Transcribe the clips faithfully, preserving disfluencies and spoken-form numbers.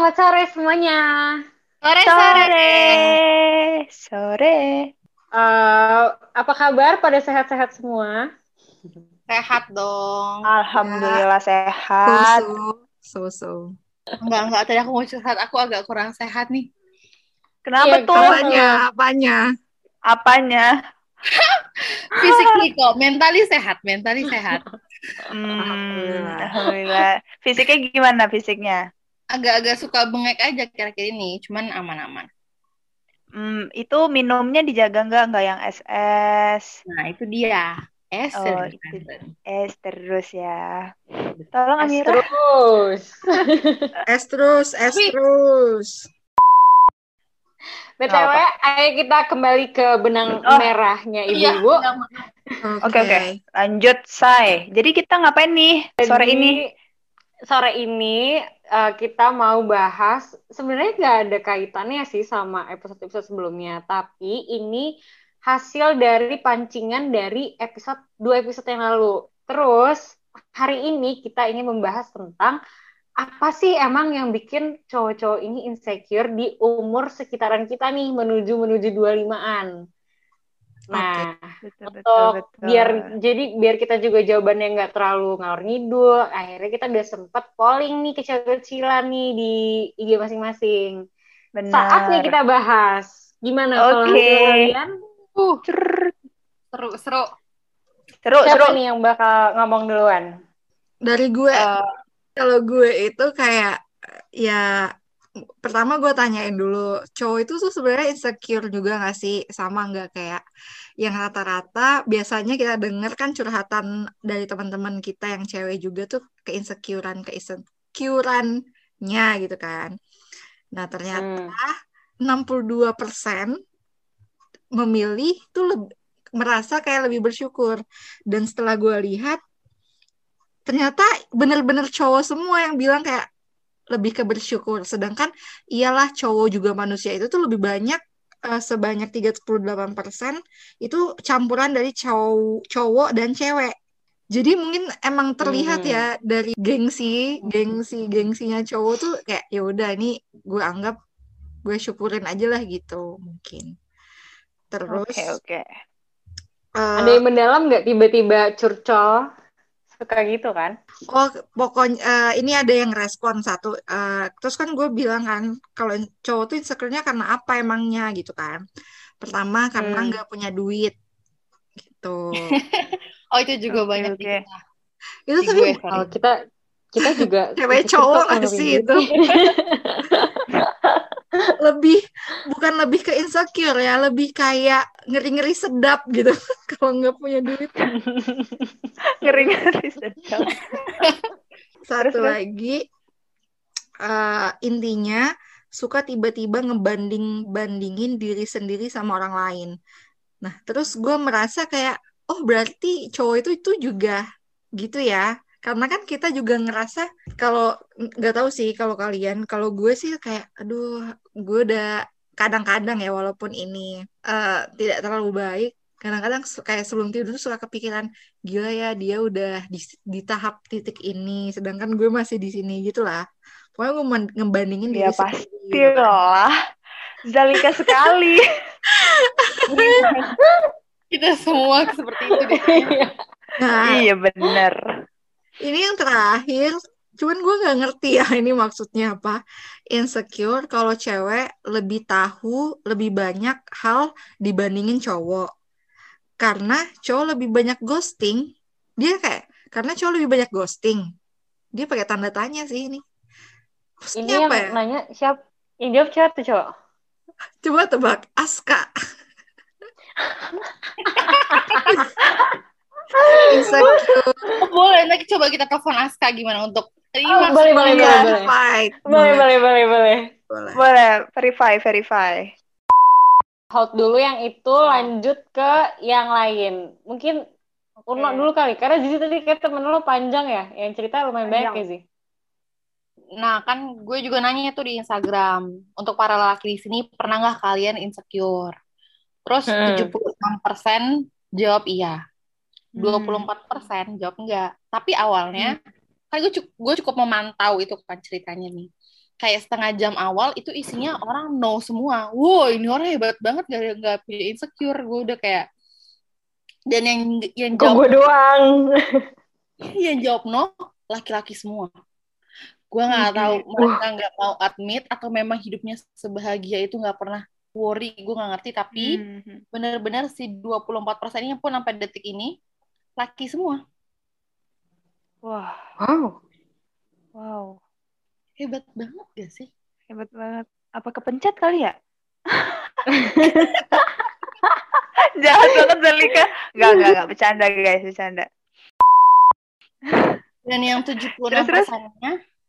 selamat sore semuanya. Sore-sore. Sore, sore. Eh, apa kabar? Pada sehat-sehat semua? Sehat dong. Alhamdulillah Ya, sehat. so-so, so-so. Enggak, enggak. Tadi aku mau curhat. Aku agak kurang sehat nih. Kenapa Iya, tuh? kenapa Apanya, lo? apanya? Apanya? Physically kok. Mentally sehat. Mentally sehat. Hmm, Alhamdulillah. Alhamdulillah. Fisiknya gimana fisiknya? Agak-agak suka bengek aja kira-kira ini. Cuman aman-aman. Hmm, itu minumnya dijaga nggak? Nggak yang es-es. Nah, itu dia. Oh, Esen. itu es terus ya. Tolong Es Amira. terus. Es terus, es Tapi- terus. B T W, Apa? ayo kita kembali ke benang Oh, merahnya Iya. ibu-ibu. Oke oke. Lanjut, Say. Jadi kita ngapain nih sore Jadi, ini? sore ini eh, kita mau bahas, sebenarnya nggak ada kaitannya sih sama episode-episode sebelumnya, tapi ini hasil dari pancingan dari episode dua episode yang lalu. Terus hari ini kita ingin membahas tentang apa sih emang yang bikin cowok-cowok ini insecure di umur sekitaran kita nih menuju menuju dua puluh limaan. Nah, Betul betul untuk betul. biar jadi biar kita juga jawabannya nggak terlalu ngalor ngidul, akhirnya kita udah sempet polling nih kecil-kecilan nih di I G masing-masing. Saatnya Benar. kita bahas. Gimana kalau Oke. menurut kalian? Uh, Cer- seru, seru. Seru Siapa seru. nih yang bakal ngomong duluan? Dari gue, Eh, kalau gue itu kayak, ya, pertama gue tanyain dulu, cowok itu tuh sebenarnya insecure juga gak sih? Sama gak kayak yang rata-rata biasanya kita denger kan curhatan dari teman-teman kita yang cewek juga tuh keinsecurean, keinsecureannya gitu kan. Nah, ternyata Hmm. enam puluh dua persen memilih tuh leb- merasa kayak lebih bersyukur. Dan setelah gue lihat, ternyata bener-bener cowok semua yang bilang kayak lebih ke bersyukur. Sedangkan iyalah cowok juga manusia itu tuh lebih banyak, eh, sebanyak tiga puluh delapan persen itu campuran dari cowok, cowok dan cewek. Jadi mungkin emang terlihat Hmm. ya dari gengsi, gengsi, gengsinya cowok tuh kayak ya udah ini gue anggap gue syukurin aja lah gitu mungkin. Terus Oke oke. eh, Ada yang mendalam nggak tiba-tiba curcol? Suka gitu kan? oh pokoknya eh, ini ada yang respon satu. Eh, terus kan gue bilang kan kalau cowok tuh insecure-nya karena apa emangnya gitu kan. Pertama karena Hmm. nggak punya duit gitu. oh, itu juga Oke banyak di oke. kita. Itu Di tapi gue, bukan sorry. Oh, kita kita juga cewek insecure cowok kok nggak kalau sih kayak itu? gitu. Lebih bukan lebih ke insecure ya, lebih kayak ngeri-ngeri sedap gitu kalau nggak punya duit. Ngeri-ngeri sedap. Satu terus. lagi eh, intinya suka tiba-tiba ngebanding-bandingin diri sendiri sama orang lain. Nah, terus gue merasa kayak, oh berarti cowok itu itu juga gitu ya. Karena kan kita juga ngerasa kalau nggak tahu sih kalau kalian, kalau gue sih kayak, aduh, gue udah kadang-kadang ya walaupun ini eh, tidak terlalu baik, kadang-kadang su- kayak sebelum tidur tuh suka kepikiran, gila ya dia udah di, di tahap titik ini, sedangkan gue masih di sini gitulah. Pokoknya gue men- ngebandingin Ya diri sendiri gitu kan. pastilah. Zalika sekali. Kita semua seperti itu deh. kayaknya. Nah, Iya bener. ini yang terakhir, cuman gue nggak ngerti ya ini maksudnya apa. Insecure kalau cewek lebih tahu lebih banyak hal dibandingin cowok. Karena cowok lebih banyak ghosting. Dia kayak, karena cowok lebih banyak ghosting. Dia pakai tanda tanya sih ini. Ini Maksudnya yang apa ya? nanya siapa? Yang jawab siapa tuh, Cok? Coba tebak, Aska. Insecure. Oh, boleh, nanti coba kita telepon Aska gimana untuk terima Oh, boleh, boleh, semuanya. boleh, boleh. Verified. Boleh, boleh, boleh, boleh. Boleh. Boleh verify verify. Hold dulu yang itu, lanjut ke yang lain. Mungkin Uno Oke. dulu kali, karena jadi tadi kayak temen lo panjang ya, yang cerita lumayan banyak Panjang. ya sih. Nah, kan gue juga nanya tuh di Instagram. Untuk para lelaki di sini, pernah nggak kalian insecure? Terus Hmm. tujuh puluh enam persen jawab iya. dua puluh Hmm. empat persen jawab enggak. Tapi awalnya, kan gue cukup, gue cukup memantau itu kan ceritanya nih. kayak setengah jam awal itu isinya orang no semua. Wow, ini orang hebat banget gak nggak punya insecure. Gue udah kayak, dan yang yang Kok jawab gue doang? yang jawab no laki-laki semua. Gue nggak tahu mereka nggak mau admit atau memang hidupnya sebahagia itu nggak pernah worry. Gue nggak ngerti, tapi Mhm. benar-benar si dua puluh empat persennya pun sampai detik ini laki semua. Wah, Wow. wow, Hebat banget gak sih? hebat banget. Apa kepencet kali ya? Jahat banget Zalika. Enggak, enggak, enggak. Bercanda guys, bercanda. Dan yang tujuh puluh Terus, enam terus? persennya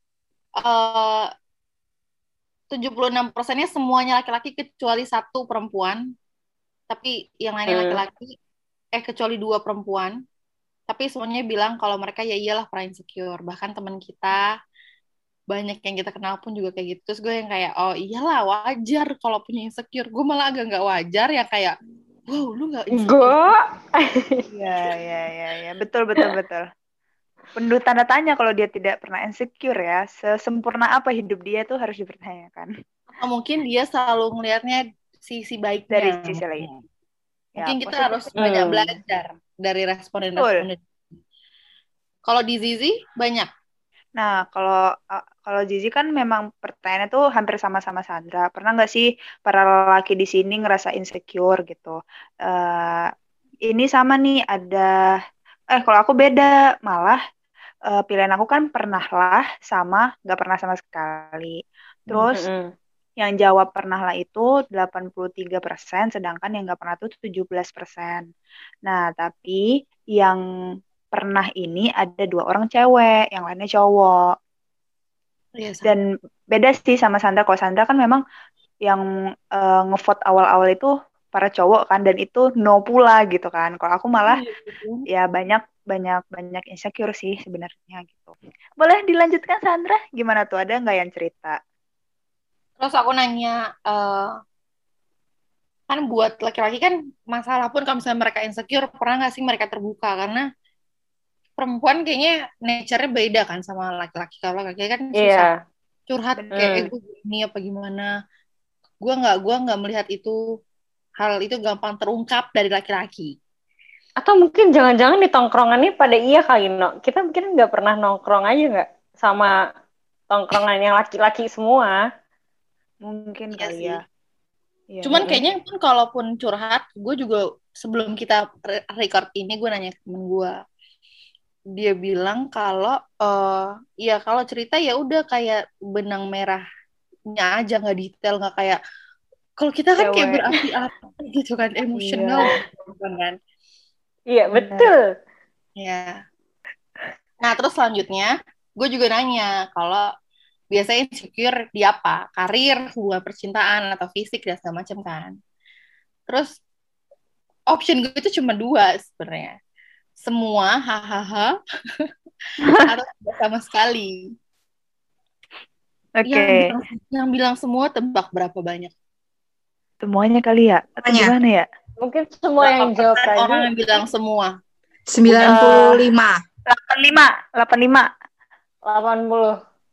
eh tujuh puluh enam persennya semuanya laki-laki kecuali satu perempuan. Tapi yang lainnya Hmm. laki-laki, eh kecuali dua perempuan. Tapi semuanya bilang kalau mereka ya iyalah pernah insecure. Bahkan teman kita, banyak yang kita kenal pun juga kayak gitu. Terus gue yang kayak, oh iyalah wajar kalau punya insecure. Gue malah agak nggak wajar ya kayak, wow lu nggak insecure. Gue Iya, iya, iya, iya. Betul, betul, betul. Penuh tanda tanya kalau dia tidak pernah insecure ya. Sesempurna apa hidup dia tuh harus dipertanyakan. Atau mungkin dia selalu ngelihatnya sisi baiknya. Dari sisi lain. Ya, Mungkin kita positif. harus banyak Hmm. belajar dari responden-responden. Kalau di Zizi banyak. Nah, kalau uh, kalau Zizi kan memang pertanyaannya tuh hampir sama-sama Sandra. Pernah nggak sih para lelaki di sini ngerasa insecure gitu? Eh ini sama nih ada, eh kalau aku beda malah eh, pilihan aku kan pernah lah sama nggak pernah sama sekali. Terus Mm-mm. yang jawab pernah lah itu delapan puluh tiga persen, sedangkan yang nggak pernah tuh tujuh belas persen. Nah, tapi yang pernah ini ada dua orang cewek, yang lainnya cowok. Iya, sama. Dan beda sih sama Sandra. Kalau Sandra kan memang yang eh, ngevote awal-awal itu para cowok kan, dan itu no pula gitu kan. Kalau aku malah Iya, betul. ya banyak banyak banyak insecure sih sebenarnya gitu. Boleh dilanjutkan Sandra? Gimana tuh? Ada nggak yang cerita? Terus aku nanya, eh, kan buat laki-laki kan masalah pun kalau misalnya mereka insecure, pernah nggak sih mereka terbuka? Karena perempuan kayaknya nature-nya beda kan sama laki-laki. Kalau laki-laki kan susah Iya. curhat Bener. kayak, eh Hmm. gue gini apa gimana. Gue nggak, gue nggak melihat itu, hal itu gampang terungkap dari laki-laki. Atau mungkin jangan-jangan di tongkrongannya pada iya kali, no. Kita mungkin nggak pernah nongkrong aja nggak sama tongkrongan yang laki-laki semua. Mungkin Iya kali sih. ya. Iya, Cuman Mm-mm. kayaknya pun kalaupun curhat, gue juga sebelum kita re- record ini gue nanya ke temen gue, dia bilang kalau eh ya kalau cerita ya udah kayak benang merahnya aja, nggak detail, nggak kayak kalau kita kan kayak cewek. berapi-api gitu kan, emosional gitu kan. Iya, Benar. betul. Ya. Nah terus selanjutnya gue juga nanya kalau biasanya insecure di apa, karir, hubungan percintaan, atau fisik dan segala macam kan. Terus option gue itu cuma dua sebenarnya, semua hahaha atau tidak sama sekali. Oke. Yang bilang, yang bilang semua, tebak berapa banyak? Semuanya kali ya? Atau Semuanya. gimana ya? Mungkin semua Berapa yang jawab persen tadi orang yang bilang semua? sembilan puluh lima. delapan puluh lima. delapan puluh lima. delapan puluh.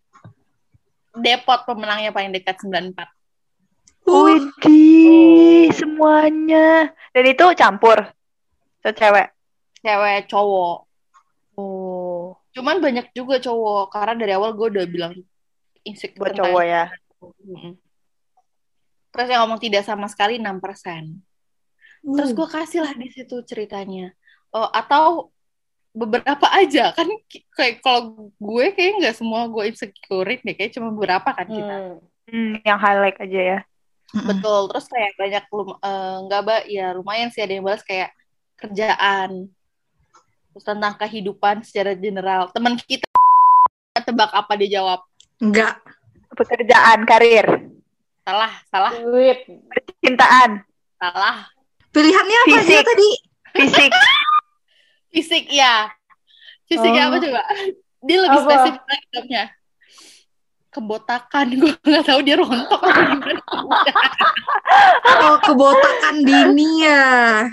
Depot pemenangnya paling dekat sembilan puluh empat. Uh, Widih, Oh. semuanya. Dan itu campur. So, cewek. Cewek, cowok. Oh, Cuman banyak juga cowok, karena dari awal gue udah bilang insecure buat tentang cowok ya. Mm-mm. Terus yang ngomong tidak sama sekali enam persen. Terus gue kasih lah di situ ceritanya. Oh, atau beberapa aja kan, kayak kalau gue kayak nggak semua gue insecure deh, kayak cuma beberapa kan kita. Hmm. Hmm, yang highlight aja ya. Betul. Terus kayak banyak lum- eh, nggak ba ya lumayan sih ada yang balas kayak kerjaan, terus tentang kehidupan secara general. Teman kita tebak apa dia jawab? Enggak. Pekerjaan, karir, Salah, salah, Duit. percintaan, salah. Pilihannya apa Fisik. dia tadi? fisik. Fisik ya. Fisiknya Oh. apa coba? Dia lebih Apa? spesifik lagi jawabnya. Kebotakan. Gue nggak tahu dia rontok atau gimana. Oh, kebotakan dini ya.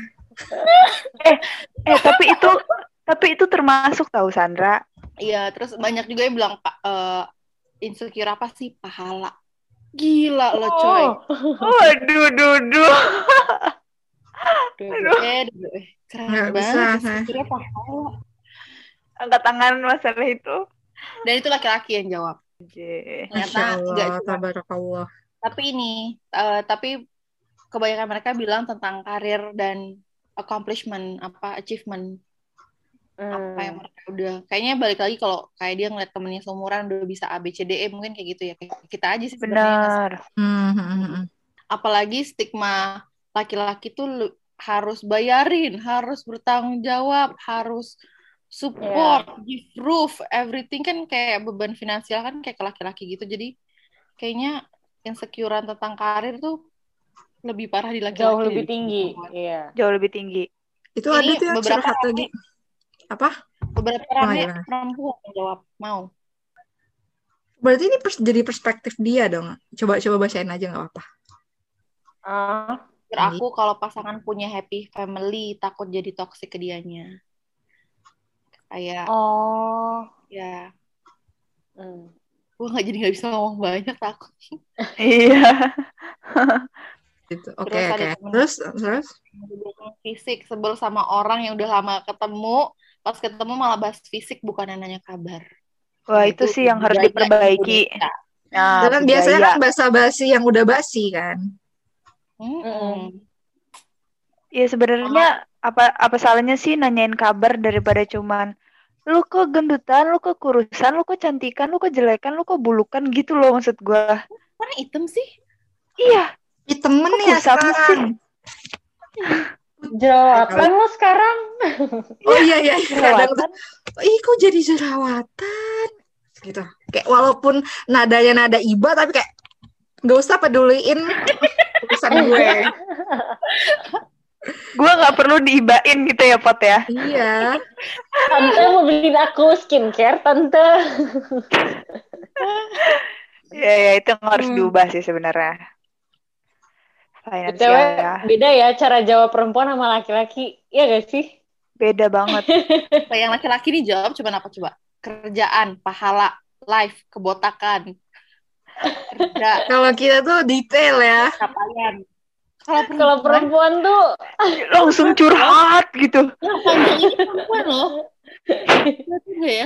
Eh, tapi itu tapi itu termasuk tahu Sandra. Iya, terus banyak juga yang bilang Pak, eh, insecure apa sih? Pahala. Gila lo coy. Waduh, duduh. Aduh, eh, aduh, eh. Keren Nggak bisa, banget saya. insecure pahala. Angkat tangan masalah itu. Dan itu laki-laki yang jawab. J. Ternyata Masya nggak Allah, cuma. tabarakallah. Tapi ini, uh, tapi kebanyakan mereka bilang tentang karir dan accomplishment, apa achievement, apa yang Hmm. mereka udah. Kayaknya balik lagi kalau kayak dia ngeliat temennya seumuran udah bisa A B C D E mungkin kayak gitu ya. Kayak kita aja sih sebenarnya nggak sih? Benar. Hmm, hmm, hmm, hmm. Apalagi stigma laki-laki tuh lu- harus bayarin, harus bertanggung jawab, harus support, give proof, everything kan kayak beban finansial kan kayak ke laki-laki gitu. Jadi kayaknya insecurean tentang karir tuh lebih parah di laki-laki. Jauh lebih daripada tinggi. perempuan. Iya. Jauh lebih tinggi. Itu Ini ada tuh yang beberapa curhat lagi. Apa? Beberapa Oh, rame gimana? perempuan yang jawab mau. Berarti ini pers- jadi perspektif dia dong. Coba coba bacain aja nggak apa-apa. Ah, Menurut aku kalau pasangan punya happy family takut jadi toxic ke dianya. Kayak oh. ya Hmm. gue nggak jadi nggak bisa ngomong banyak takut. Iya. Gitu. Oke Terus oke. ada temen Terus terus. fisik sebel sama orang yang udah lama ketemu, pas ketemu malah bahas fisik bukan nanya kabar. Wah, Nah, itu sih yang harus budaya diperbaiki. Indonesia. Nah, Karena biasanya budaya. kan basa-basi yang udah basi kan. Mm-mm. Ya sebenarnya apa apa salahnya sih nanyain kabar daripada cuman lu kok gendutan, lu kok kurusan, lu kok cantikan, lu kok jelekan, lu kok bulukan gitu loh maksud gua. Mana hitam sih? Iya. Ih, temen Kok ya pusat sekarang. sih? Jerawatan lo sekarang. Oh iya iya. Kadang tuh, Jerawatan. ih kok jadi jerawatan. Gitu. Kayak walaupun nadanya nada iba tapi kayak nggak usah peduliin urusan gue. Gua nggak perlu diibain gitu ya Pot ya. Iya. Tante mau beliin aku skincare, tante. Ya ya itu yang harus Hmm. diubah sih sebenarnya. B T W Finansial ya. beda ya cara jawab perempuan sama laki-laki. Iya gak sih? Beda banget. Kalau yang laki-laki nih jawab cuma apa coba? Kerjaan, pahala, life, kebotakan. Kerja, Kalau kita tuh detail ya. capaian. Kalau Kalau perempuan, perempuan tuh Langsung curhat gitu. yang panjang ini perempuan loh. Lihat juga ya.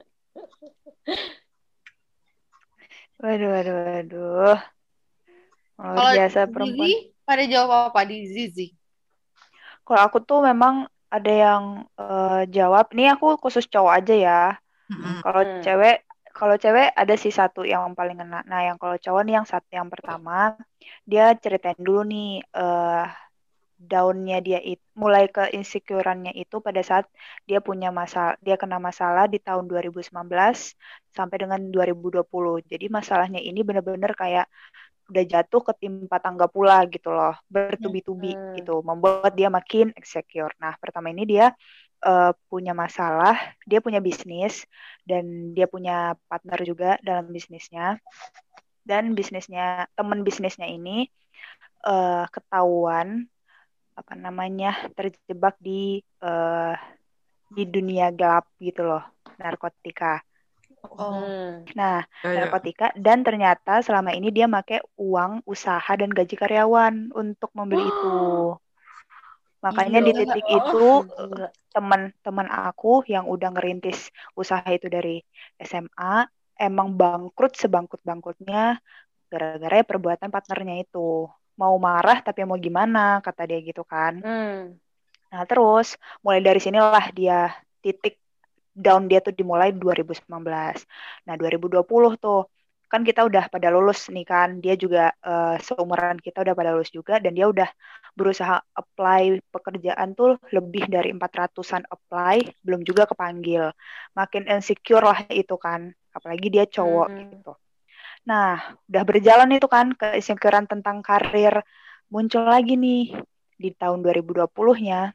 Waduh waduh waduh. Luar Kalau biasa perempuan. Zizi, pada jawab apa di Zizi? Kalau aku tuh memang ada yang eh, jawab. Ini aku khusus cowok aja ya. Mm-mm. Kalau Hmm. cewek, kalau cewek ada sih satu yang paling ngena. Nah, yang kalau cowok nih yang satu yang pertama, dia ceritain dulu nih eh down-nya dia itu mulai ke insecure-nya itu pada saat dia punya masalah, dia kena masalah di tahun dua ribu sembilan belas sampai dengan dua ribu dua puluh. Jadi masalahnya ini benar-benar kayak udah jatuh ketimpa tangga pula gitu loh, bertubi-tubi Hmm. gitu, membuat dia makin insecure. Nah, pertama ini dia eh, punya masalah, dia punya bisnis dan dia punya partner juga dalam bisnisnya. Dan bisnisnya, teman bisnisnya ini eh, ketahuan apa namanya terjebak di eh, di dunia gelap gitu loh, narkotika. Oh, Hmm. Nah, Ya, ya. narkotika dan ternyata selama ini dia pakai uang usaha dan gaji karyawan untuk membeli itu. Makanya di gila. titik Oh, itu gila. teman-teman aku yang udah ngerintis usaha itu dari S M A emang bangkrut sebangkrut-bangkrutnya gara-gara perbuatan partnernya itu. Mau marah tapi mau gimana kata dia gitu kan. Hmm. Nah, terus mulai dari sinilah dia titik down dia tuh dimulai dua ribu sembilan belas. Nah, dua ribu dua puluh tuh kan kita udah pada lulus nih kan. Dia juga eh, seumuran kita udah pada lulus juga dan dia udah berusaha apply pekerjaan tuh lebih dari empat ratusan apply, belum juga kepanggil. Makin insecure lah itu kan. Apalagi dia cowok Hmm. gitu. Nah, udah berjalan itu kan ke insecurean tentang karir muncul lagi nih di tahun dua ribu dua puluh-nya.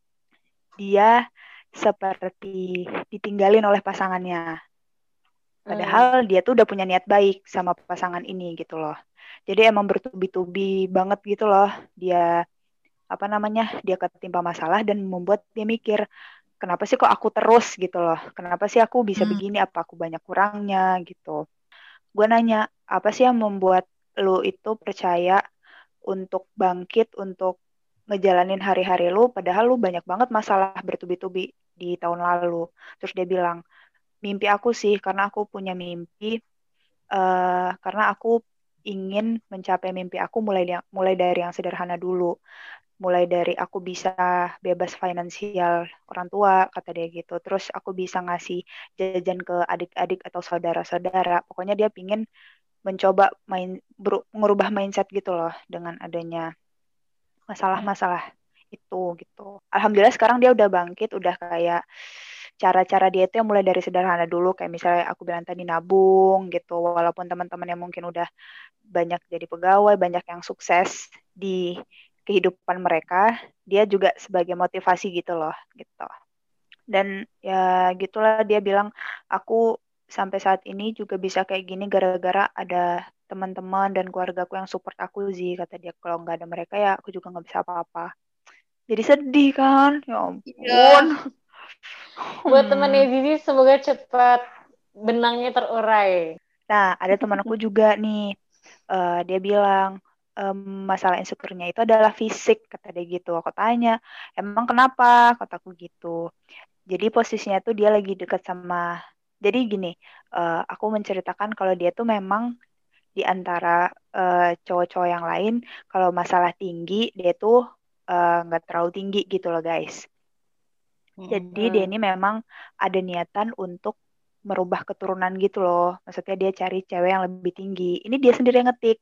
Dia seperti ditinggalin oleh pasangannya. Padahal dia tuh udah punya niat baik sama pasangan ini gitu loh. Jadi emang bertubi-tubi banget gitu loh. Dia apa namanya? Dia ketimpa masalah dan membuat dia mikir, kenapa sih kok aku terus gitu loh? Kenapa sih aku bisa Hmm. begini? Apa aku banyak kurangnya gitu? gue nanya, apa sih yang membuat lu itu percaya untuk bangkit, untuk ngejalanin hari-hari lu, padahal lu banyak banget masalah bertubi-tubi di tahun lalu. Terus dia bilang, mimpi aku sih, karena aku punya mimpi, eh karena aku ingin mencapai mimpi aku mulai dia- mulai dari yang sederhana dulu. Mulai dari aku bisa bebas finansial orang tua, kata dia gitu. Terus aku bisa ngasih jajan ke adik-adik atau saudara-saudara. Pokoknya dia pingin mencoba main beru- merubah mindset gitu loh dengan adanya masalah-masalah itu gitu. Alhamdulillah sekarang dia udah bangkit, udah kayak cara-cara dia itu yang mulai dari sederhana dulu, kayak misalnya aku bilang tadi nabung gitu. Walaupun teman-teman yang mungkin udah banyak jadi pegawai, banyak yang sukses di kehidupan mereka, dia juga sebagai motivasi gitu loh, gitu. Dan ya gitulah dia bilang, aku sampai saat ini juga bisa kayak gini gara-gara ada teman-teman dan keluargaku yang support aku sih, kata dia. Kalau nggak ada mereka ya aku juga nggak bisa apa-apa. Jadi sedih kan, ya ampun. Iya. Buat Hmm. temannya Zizi semoga cepat benangnya terurai. Nah, ada teman aku juga nih, eh, dia bilang em, masalah insecure-nya itu adalah fisik, kata dia gitu. Aku tanya, emang kenapa? Kataku gitu. Jadi posisinya tuh dia lagi dekat sama, jadi gini, eh, aku menceritakan kalau dia tuh memang di antara eh, cowok-cowok yang lain, kalau masalah tinggi, dia tuh eh, nggak terlalu tinggi gitu loh guys. Jadi dia Hmm. ini memang ada niatan untuk merubah keturunan gitu loh. Maksudnya dia cari cewek yang lebih tinggi. Ini dia sendiri yang ngetik.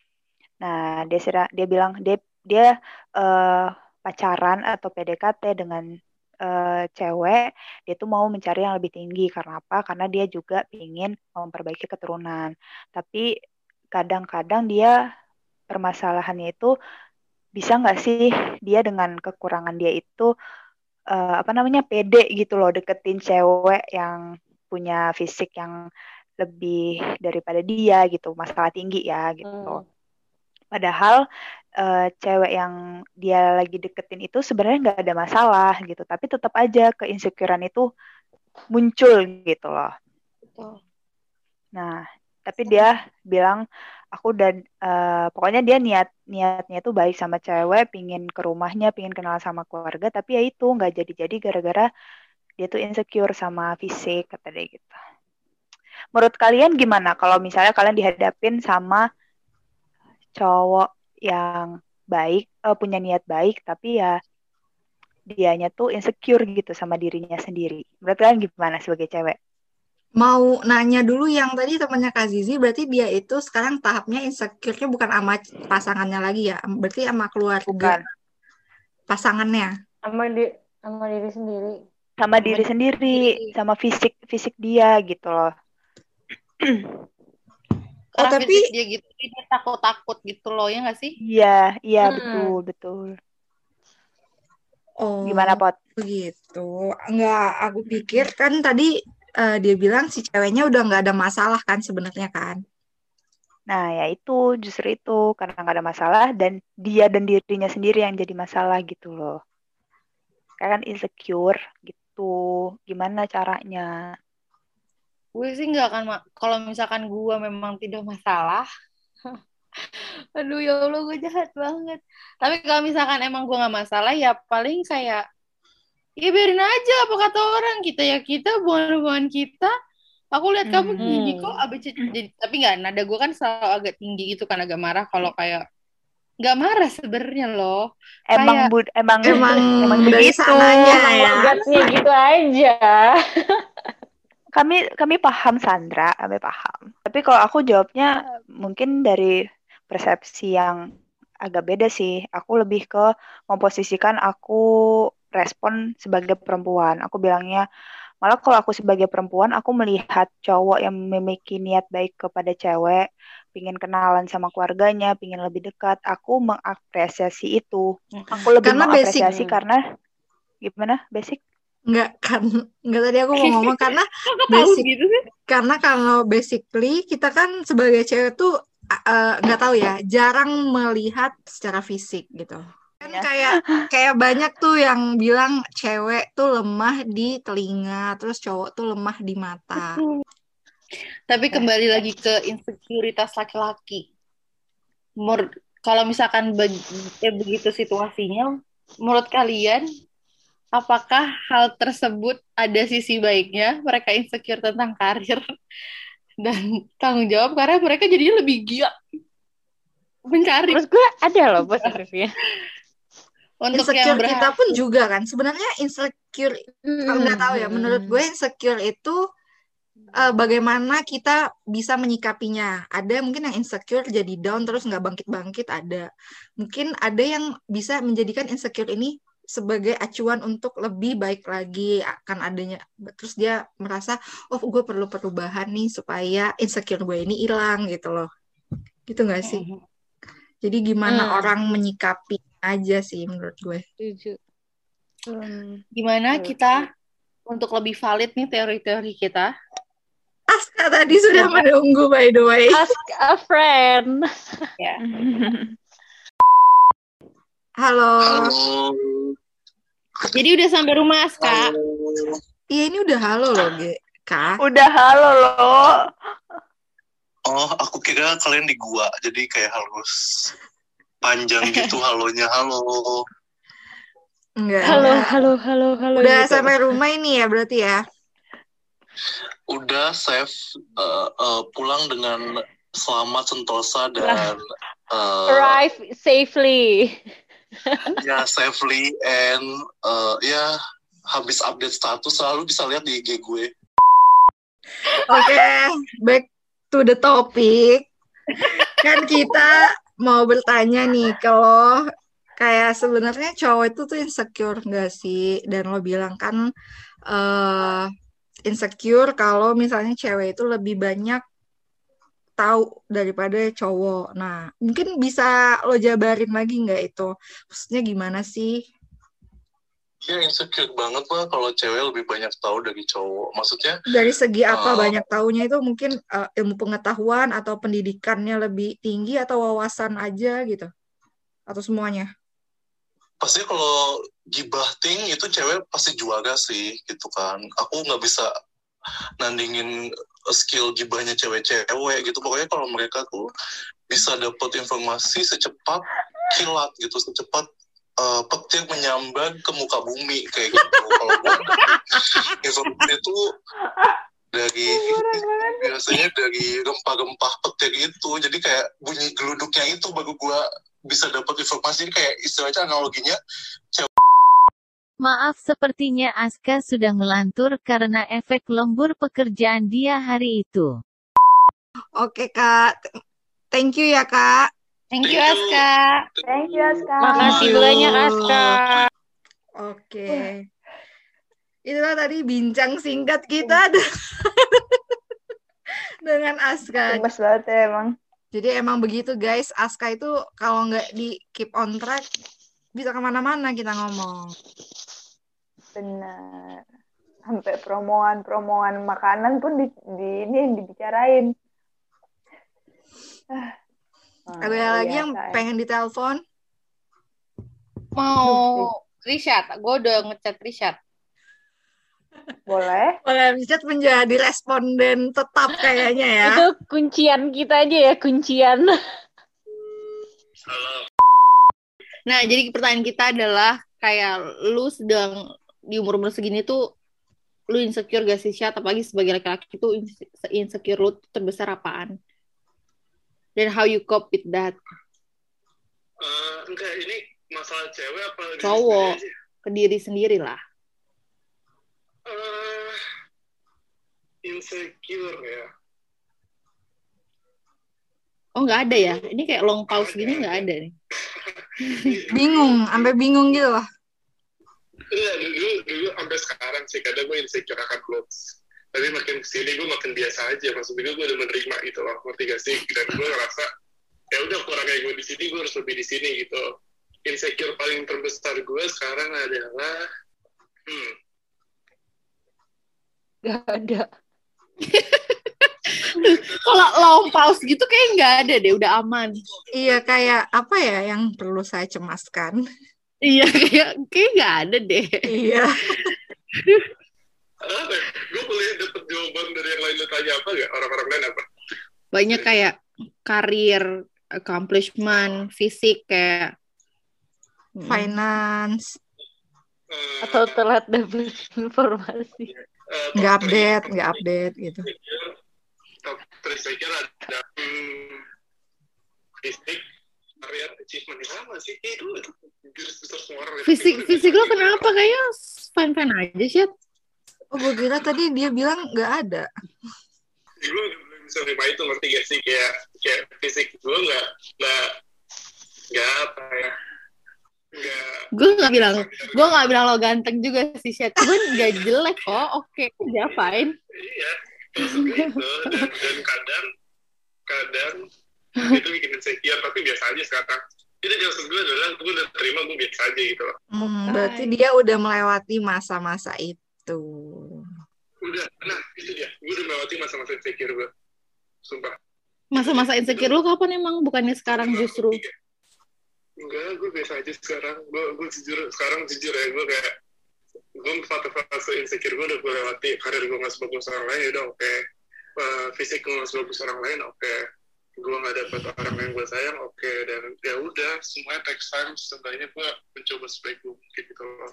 Nah, dia sira- dia bilang dia dia eh, pacaran atau P D K T dengan eh, cewek, dia tuh mau mencari yang lebih tinggi. Karena apa? Karena dia juga ingin memperbaiki keturunan. Tapi kadang-kadang dia permasalahannya itu bisa nggak sih dia dengan kekurangan dia itu eh, apa namanya pede gitu loh deketin cewek yang punya fisik yang lebih daripada dia gitu, masalah tinggi ya gitu. Hmm. Padahal eh, cewek yang dia lagi deketin itu sebenarnya nggak ada masalah gitu, tapi tetap aja keinsecurean itu muncul gitu loh. Betul. Nah, tapi dia bilang aku udah eh, pokoknya dia niat niatnya tuh baik sama cewek, pingin ke rumahnya, pingin kenal sama keluarga, tapi ya itu nggak jadi-jadi gara-gara dia tuh insecure sama fisik, kata dia gitu. Menurut kalian gimana kalau misalnya kalian dihadapin sama cowok yang baik, eh, punya niat baik, tapi ya dianya tuh insecure gitu sama dirinya sendiri. Menurut kalian gimana sebagai cewek? Mau nanya dulu yang tadi temannya Kak Zizi, berarti dia itu sekarang tahapnya insecure-nya bukan sama pasangannya lagi ya, berarti sama keluarga Bukan. pasangannya. Sama di sama diri sendiri. Sama Sama diri diri sendiri, sendiri. sama fisik fisik dia gitu loh. Oh, Karena tapi fisik dia gitu, dia takut-takut gitu loh, ya nggak sih? Iya, iya Hmm. betul, betul. oh Gimana Pot? begitu. Enggak, aku pikir kan tadi eh, dia bilang si ceweknya udah nggak ada masalah kan sebenarnya kan. Nah, ya itu justru itu karena nggak ada masalah dan dia dan dirinya sendiri yang jadi masalah gitu loh. Kayak kan insecure gitu. Gimana caranya? Gue sih nggak akan, ma- kalau misalkan gue memang tidak masalah, aduh ya Allah gue jahat banget. Tapi kalau misalkan emang gue nggak masalah, ya paling kayak, ya biarin aja apa kata orang, kita ya kita, hubungan-hubungan kita. Aku lihat kamu gini kok, Hmm. abis itu- jadi, tapi nggak, nada gue kan selalu agak tinggi gitu kan, agak marah kalau kayak, nggak marah sebenarnya loh. Emang Kayak, bud emang Emang emang dari begitu. sananya Emang ya. logatnya gitu aja. Kami kami paham Sandra, kami paham. Tapi kalau aku jawabnya mungkin dari persepsi yang agak beda sih. Aku lebih ke memposisikan aku respon sebagai perempuan. Aku bilangnya malah kalau aku sebagai perempuan, aku melihat cowok yang memiliki niat baik kepada cewek, pingin kenalan sama keluarganya, pingin lebih dekat, aku mengapresiasi itu. Aku lebih Karena basic mengapresiasi karena gimana? Basic? Enggak kan, enggak tadi aku mau ngomong karena kok tahu basic gitu sih? karena kalau basically kita kan sebagai cewek tuh eh, nggak tahu ya, jarang melihat secara fisik gitu. Kan Ya. kayak kayak banyak tuh yang bilang cewek tuh lemah di telinga, terus cowok tuh lemah di mata. Tapi kembali lagi ke insekuritas laki-laki. Mur- kalau misalkan bagi, eh, begitu situasinya, menurut kalian, apakah hal tersebut ada sisi baiknya? Mereka insecure tentang karir dan tanggung jawab karena mereka jadinya lebih giat mencari. Terus gue ada loh positifnya. Untuk Insecure yang kita berhasil. pun juga kan. Sebenarnya insecure, kalau nggak tahu ya, menurut gue insecure itu uh, bagaimana kita bisa menyikapinya. Ada mungkin yang insecure jadi down terus nggak bangkit-bangkit, ada. Mungkin ada yang bisa menjadikan insecure ini sebagai acuan untuk lebih baik lagi akan adanya. Terus dia merasa, oh gue perlu perubahan nih supaya insecure gue ini hilang gitu loh. Gitu nggak sih? Mhm. Jadi gimana Hmm. orang menyikapi aja sih menurut gue. Setuju. Hmm. Gimana kita untuk lebih valid nih teori-teori kita? Aska tadi sudah menunggu by the way. Ask a friend. Ya. Halo. Halo. Jadi udah sampai rumah Aska. Iya ini udah halo loh, Ge. Kak. Udah halo loh. Oh, aku kira kalian di gua, jadi kayak harus panjang gitu halonya. Halo. Enggak. Halo, enggak. halo, halo, halo. Udah gitu. sampai rumah ini ya berarti ya. Udah safe, uh, uh, pulang dengan selamat, sentosa, dan uh, Arrive safely. ya safely and uh, ya habis update status selalu bisa lihat di I G gue. Oke, back to the topic. Kan kita mau bertanya nih, kalau kayak sebenarnya cowok itu tuh insecure nggak sih? Dan lo bilang kan uh, insecure kalau misalnya cewek itu lebih banyak tahu daripada cowok. Nah, mungkin bisa lo jabarin lagi nggak itu? Maksudnya gimana sih? Ya insecure banget lah kalau cewek lebih banyak tahu dari cowok. Maksudnya Dari segi apa uh, banyak taunya itu mungkin uh, ilmu pengetahuan atau pendidikannya lebih tinggi atau wawasan aja gitu? Atau semuanya? pasti kalau gibahting itu cewek pasti juara sih gitu kan. Aku nggak bisa nandingin skill gibahnya cewek-cewek gitu. Pokoknya kalau mereka tuh bisa dapat informasi secepat kilat gitu, secepat uh, petir menyambar ke muka bumi kayak gitu. Kalau gue informasi itu dari biasanya dari rempah-rempah petir itu, jadi kayak bunyi geluduknya itu baru gue bisa dapat informasi. Kayak istilahnya analoginya cewek. Maaf, sepertinya Aska sudah melantur karena efek lembur pekerjaan dia hari itu. Oke Kak, thank you ya Kak. Thank you Aska. Thank you, Aska. Makasih banyak Aska. Oke. Itulah tadi bincang singkat kita dengan Aska. Gemes banget ya emang. Jadi emang begitu guys, Aska itu kalau nggak di keep on track bisa kemana-mana kita ngomong. Benar. Sampai promoan-promoan makanan pun di, di ini yang dibicarain. Ah. Ada lagi yang biasa, pengen ditelepon? Mau Rishat, gue udah ngechat Rishat. Boleh. Boleh Richard menjadi responden tetap kayaknya ya. Itu kuncian kita aja ya, kuncian. Halo. Nah, jadi pertanyaan kita adalah kayak lu sedang di umur-umur segini tuh lu insecure gak sih, Syat? Apalagi sebagai laki-laki tuh insecure lu terbesar apaan? Dan how you cope with that? Uh, enggak, ini masalah cewek apa cowok? Ke diri sendiri lah. Uh, insecure ya. Oh, nggak ada ya? Ini kayak long pause gini nggak ada nih. Bingung, sampai bingung gitu loh. Iya, dulu, dulu sampai sekarang sih kadang gue insecure akan clothes. Tapi makin kesini gue makin biasa aja. Maksudnya gue udah menerima gitu loh, ngerti gak sih? Dan gue ngerasa ya udah kurang kayak gue di sini, gue harus lebih di sini gitu. Insecure paling terbesar gue sekarang adalah hmm. Gak ada. Kalau long pause gitu kayak nggak ada deh, udah aman. Iya, kayak apa ya yang perlu saya cemaskan? Iya, kayak kayak nggak ada deh. Iya. Apa? Gue boleh dapet jawaban dari yang lain, tanya apa gak? Orang-orang lain apa? Banyak kayak karir, accomplishment, fisik kayak mm, Finance, Eh, Atau telat dapat informasi. eh, nggak top three, update, top nggak three update gitu. insecure, top three insecure ada hmm, fisik, karir, achievement sama sih. Itu itu garis besar semua orang. fisik fisik lo kenapa kayaknya fine fine aja sih? Oh, gue kira tadi dia bilang nggak ada. Gue belum bisa terima itu, ngerti gak sih? Kayak kayak fisik gue nggak nggak nggak apa ya? Nggak Gue nggak bilang, gue nggak bilang lo ganteng juga sih, Syed. Gue nggak jelek kok, oke, udah fine. iya maksud gue itu, dan, dan kadang kadang itu bikin insecure, tapi biasa aja sekarang. Jadi maksud gue adalah gue udah terima, gue biasa aja gitu loh. Hmm, berarti dia udah melewati masa-masa itu. Udah, nah itu dia. Gue udah melewati masa-masa insecure gue. Sumpah. Masa-masa insecure lo kapan emang? Bukannya sekarang justru? Enggak, gue biasa aja sekarang. Gue gue jujur, sekarang jujur ya, gue kayak gue fase-fase insecure gue udah gue lewati. Karir gue gak sebagus orang lain, ya udah oke. Okay. Uh, fisik gue gak sebagus orang lain, oke. Okay. Gue gak dapet orang yang gue sayang, oke. Okay. Dan ya udah, semuanya takes time. Sebenarnya gue mencoba sebaik gue mungkin gitu loh.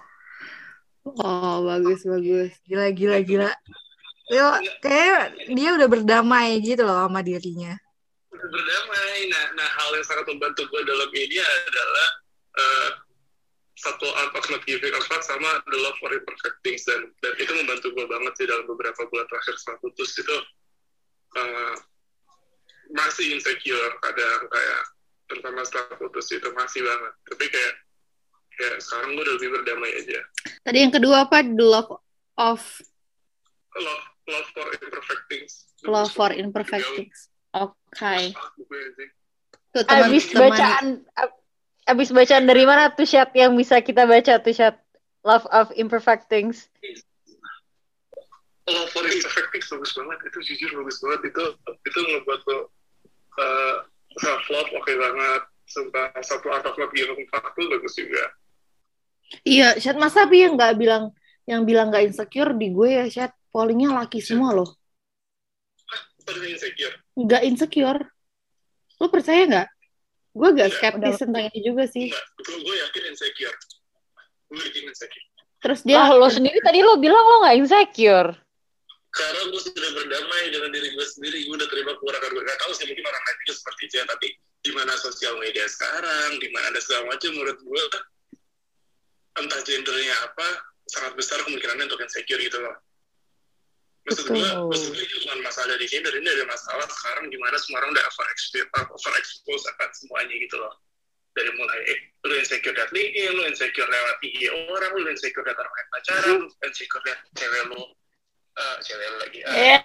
Oh, bagus, bagus. Gila, gila, gila. Yo, kayak dia udah berdamai gitu loh sama dirinya. Berdamai. Nah, nah hal yang sangat membantu gue dalam ini adalah uh, satu art of not giving a fuck sama the love for imperfect things, dan, dan itu membantu gue banget sih dalam beberapa bulan terakhir setelah putus itu. Uh, masih insecure kadang, kayak terutama setelah putus itu masih banget, tapi kayak kayak sekarang gue udah lebih berdamai aja. Tadi yang kedua apa? The love of Love, love for imperfect things. love for imperfect things. Oke. Okay. Tuh Abis teman-teman. bacaan ab- abis bacaan dari mana tuh Syat yang bisa kita baca tuh Syat? Love of Imperfect Things. Love for imperfect things bagus banget, itu jujur bagus banget. Itu itu ngebuat lo uh, self love oke banget. Sumpah, satu art of not giving a fuck tuh bagus juga. Iya, Syed, masa tapi yang nggak bilang, yang bilang nggak insecure di gue ya, Syed, pollingnya laki semua loh. Pada insecure. Nggak insecure. Lo percaya nggak? Gue agak Iya, skeptis udah. tentang itu juga sih. Enggak, gue, gue yakin insecure. Gue yakin insecure. Terus dia, Lah, lo sendiri tadi lo bilang lo nggak insecure. Karena gue sudah berdamai dengan diri gue sendiri, gue udah terima kekurangan gue. Gak tahu sih, mungkin orang lain juga seperti itu ya, tapi di mana sosial media sekarang, di mana ada segala macam, menurut gue entah gendernya apa, sangat besar kemungkinannya untuk insecure gitu loh. Maksud gue, Betul. maksud gue itu bukan masalah dari gender, ini ada masalah sekarang di mana semua orang udah overexpose, overexpose akan semuanya gitu loh. Dari mulai, eh, lu insecure liat LinkedIn, lu insecure lewat I G orang, lu insecure liat orang lain pacaran, lu insecure liat cewek lu, uh, cewek lu lagi, uh, Iya.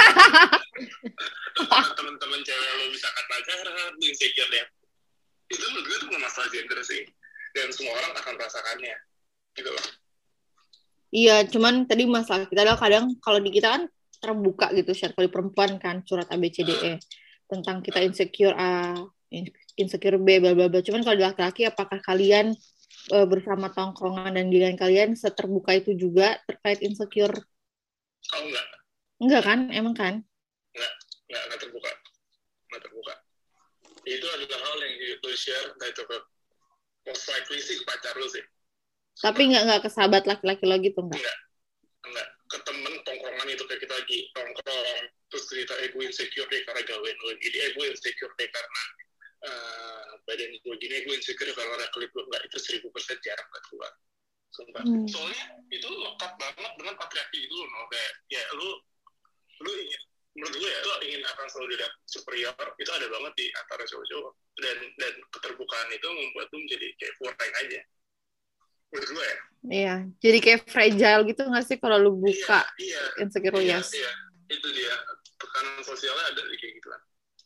teman-teman cewek lu bisa kan pacaran, lu insecure liat. Itu menurut gue itu bukan masalah gender sih. Dan semua orang akan merasakannya. Gitu loh. iya, cuman tadi masalah kita adalah kadang kalau di kita kan terbuka gitu, Syed, kalau di perempuan kan surat A B C D E tentang kita insecure A, insecure B, bla bla bla. Cuman kalau di laki-laki, apakah kalian e, bersama tongkrongan dan giliran kalian seterbuka itu juga terkait insecure? Oh enggak, Enggak kan? Emang kan? enggak, enggak, enggak terbuka. Enggak terbuka. Itu adalah hal yang lu share, entah itu ke most likely sih ke pacar lu sih. Tapi enggak enggak ke sahabat laki-laki lo gitu enggak? Enggak, enggak. Ke temen tongkrongan itu kayak kita lagi tongkrong, terus cerita, eh gue insecure deh karena gawain lu gini, eh gue insecure deh karena uh, badan gue gini, gue insecure karena ada klip lu. Enggak, itu seribu persen jarang gak keluar. Sumpah. Hmm. Soalnya itu lekat banget dengan patriarki itu loh, kayak ya lu lu ingin, menurut gue ya, lu ingin akan selalu dilihat superior, itu ada banget di antara cowok-cowok, dan dan keterbukaan itu membuat lu menjadi kayak kurang aja, menurut gue ya. Iya, jadi kayak fragile gitu nggak sih kalau lu buka Iya, insecure lo, iya, yes. iya, itu dia tekanan sosialnya ada di kayak gituan.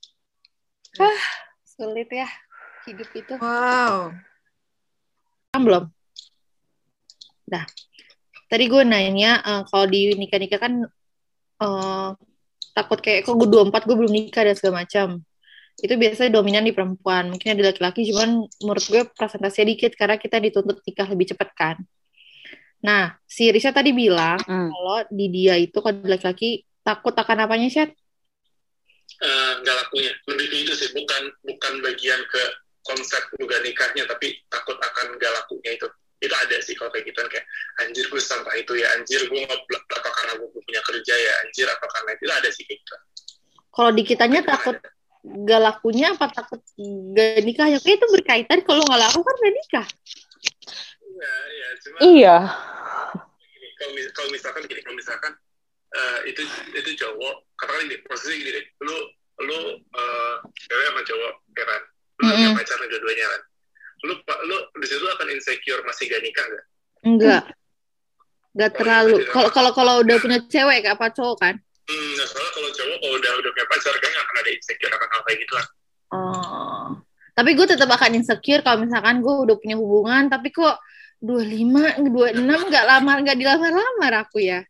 Sulit ya hidup itu. Wow. Kan belum? Dah. Tadi gue nanya, uh, kalau di nikah-nikah kan uh, takut kayak, kok gue dua puluh empat gue belum nikah dan segala macam. Itu biasanya dominan di perempuan. Mungkin ada laki-laki, cuman menurut gue presentasinya dikit karena kita dituntut nikah lebih cepat kan. Nah, si Risha tadi bilang Hmm. kalau di dia itu kalau laki-laki takut akan apanya, Syed? Eh, nggak lakunya. Lebih ke itu sih, bukan bukan bagian ke konsep juga nikahnya, tapi takut akan nggak lakunya itu. Itu ada sih kalau kayak gitu, kayak anjir gue sampah itu ya, anjir gue nggak apa karena gue punya kerja ya, anjir apa karena itu ada sih kayak gitu. Kalau di kitanya Itu takut ada. gak lakunya apa takut gak nikah? Ya kayak itu berkaitan. Kalau nggak laku kan gak nikah. Iya, iya, cuma Iya. gini, kalau, mis- kalau misalkan gini, kalau misalkan eh, itu itu cowok, katakan ini posisinya gini deh, lu lu eh, cewek sama cowok, ya kan, lu Mm-mm. punya pacar dua-duanya kan, lu pa- lu di situ akan insecure masih gak nikah gak? Enggak, enggak Oh, iya, terlalu. berarti Kalau sama. kalau kalau udah punya cewek apa cowok kan? Hmm, nah soalnya kalau cowok kalau udah udah punya pacar kan nggak akan ada insecure akan hal kayak gitu lah. Oh. Tapi gue tetap akan insecure kalau misalkan gue udah punya hubungan, tapi kok dua puluh lima, dua puluh enam nggak lamar, nggak dilamar-lamar aku ya.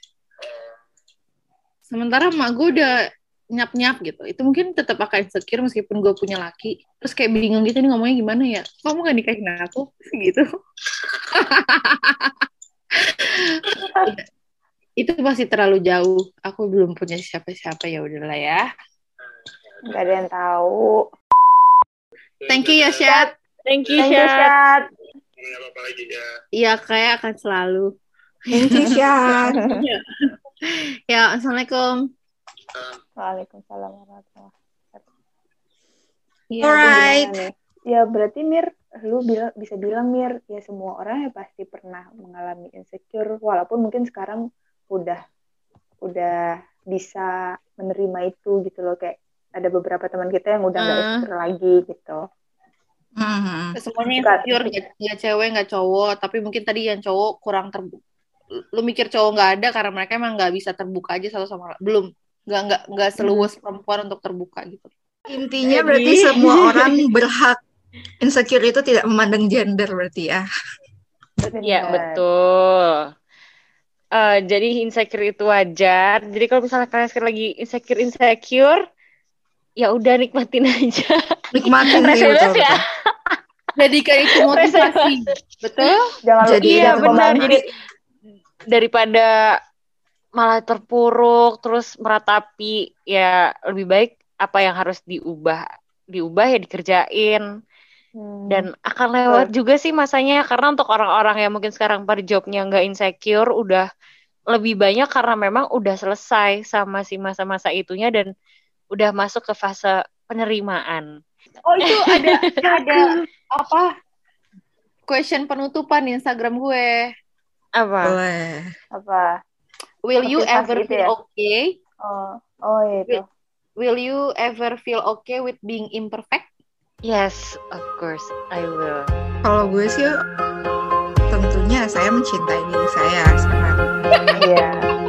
Sementara emak gue udah nyap-nyap gitu. Itu mungkin tetap akan insecure meskipun gue punya laki. Terus kayak bingung gitu nih ngomongnya gimana ya. Kamu gak nikahin aku? Gitu. Itu masih terlalu jauh. Aku belum punya siapa-siapa, ya udahlah ya. Nggak ada yang tahu. Thank you ya, Syed. Thank you, Thank you, Syed. Syad. Nggak apa-apa lagi ya. Iya, kayak akan selalu. Thank you, Syad. Ya, Assalamualaikum. Eh, Waalaikumsalam warahmatullahi wabarakatuh. Iya, Alright. Gimana nih? Ya berarti Mir, lu bila, bisa bilang Mir, ya semua orang ya pasti pernah mengalami insecure, walaupun mungkin sekarang udah udah bisa menerima itu gitu loh, kayak ada beberapa teman kita yang udah nggak Ah. insecure lagi gitu. Mhm. semuanya Bukan. insecure, nggak nggak cewek, nggak cowok. Tapi mungkin tadi yang cowok kurang terbuka. Lu mikir cowok nggak ada karena mereka emang nggak bisa terbuka aja satu sama lain. Belum. Nggak, nggak, nggak seluas perempuan untuk terbuka gitu. Intinya berarti semua orang berhak insecure itu tidak memandang gender berarti ya. Iya, Benar. betul. Eh, jadi insecure itu wajar. Jadi kalau misalnya kalian sekarang lagi insecure-insecure, ya udah nikmatin aja. Nikmatin sih, Rese betul, banget ya. betul. Jadikan itu motivasi. Betul? Jangan Jadi lupa Iya, jangan benar. pembangkit. Jadi daripada malah terpuruk terus meratapi, ya lebih baik apa yang harus diubah diubah ya dikerjain. Hmm. Dan akan lewat juga sih masanya, karena untuk orang-orang yang mungkin sekarang per jobnya nggak insecure, udah lebih banyak karena memang udah selesai sama si masa-masa itunya dan udah masuk ke fase penerimaan. Oh, itu ada ada apa? Question penutupan di Instagram gue. Apa? Boleh. Apa? Will you Motivasi ever itu feel ya? okay? Oh, oh itu. Will you ever feel okay with being imperfect? Yes, of course, I will. Kalau gue sih tentunya saya mencintai diri saya sangat. Iya.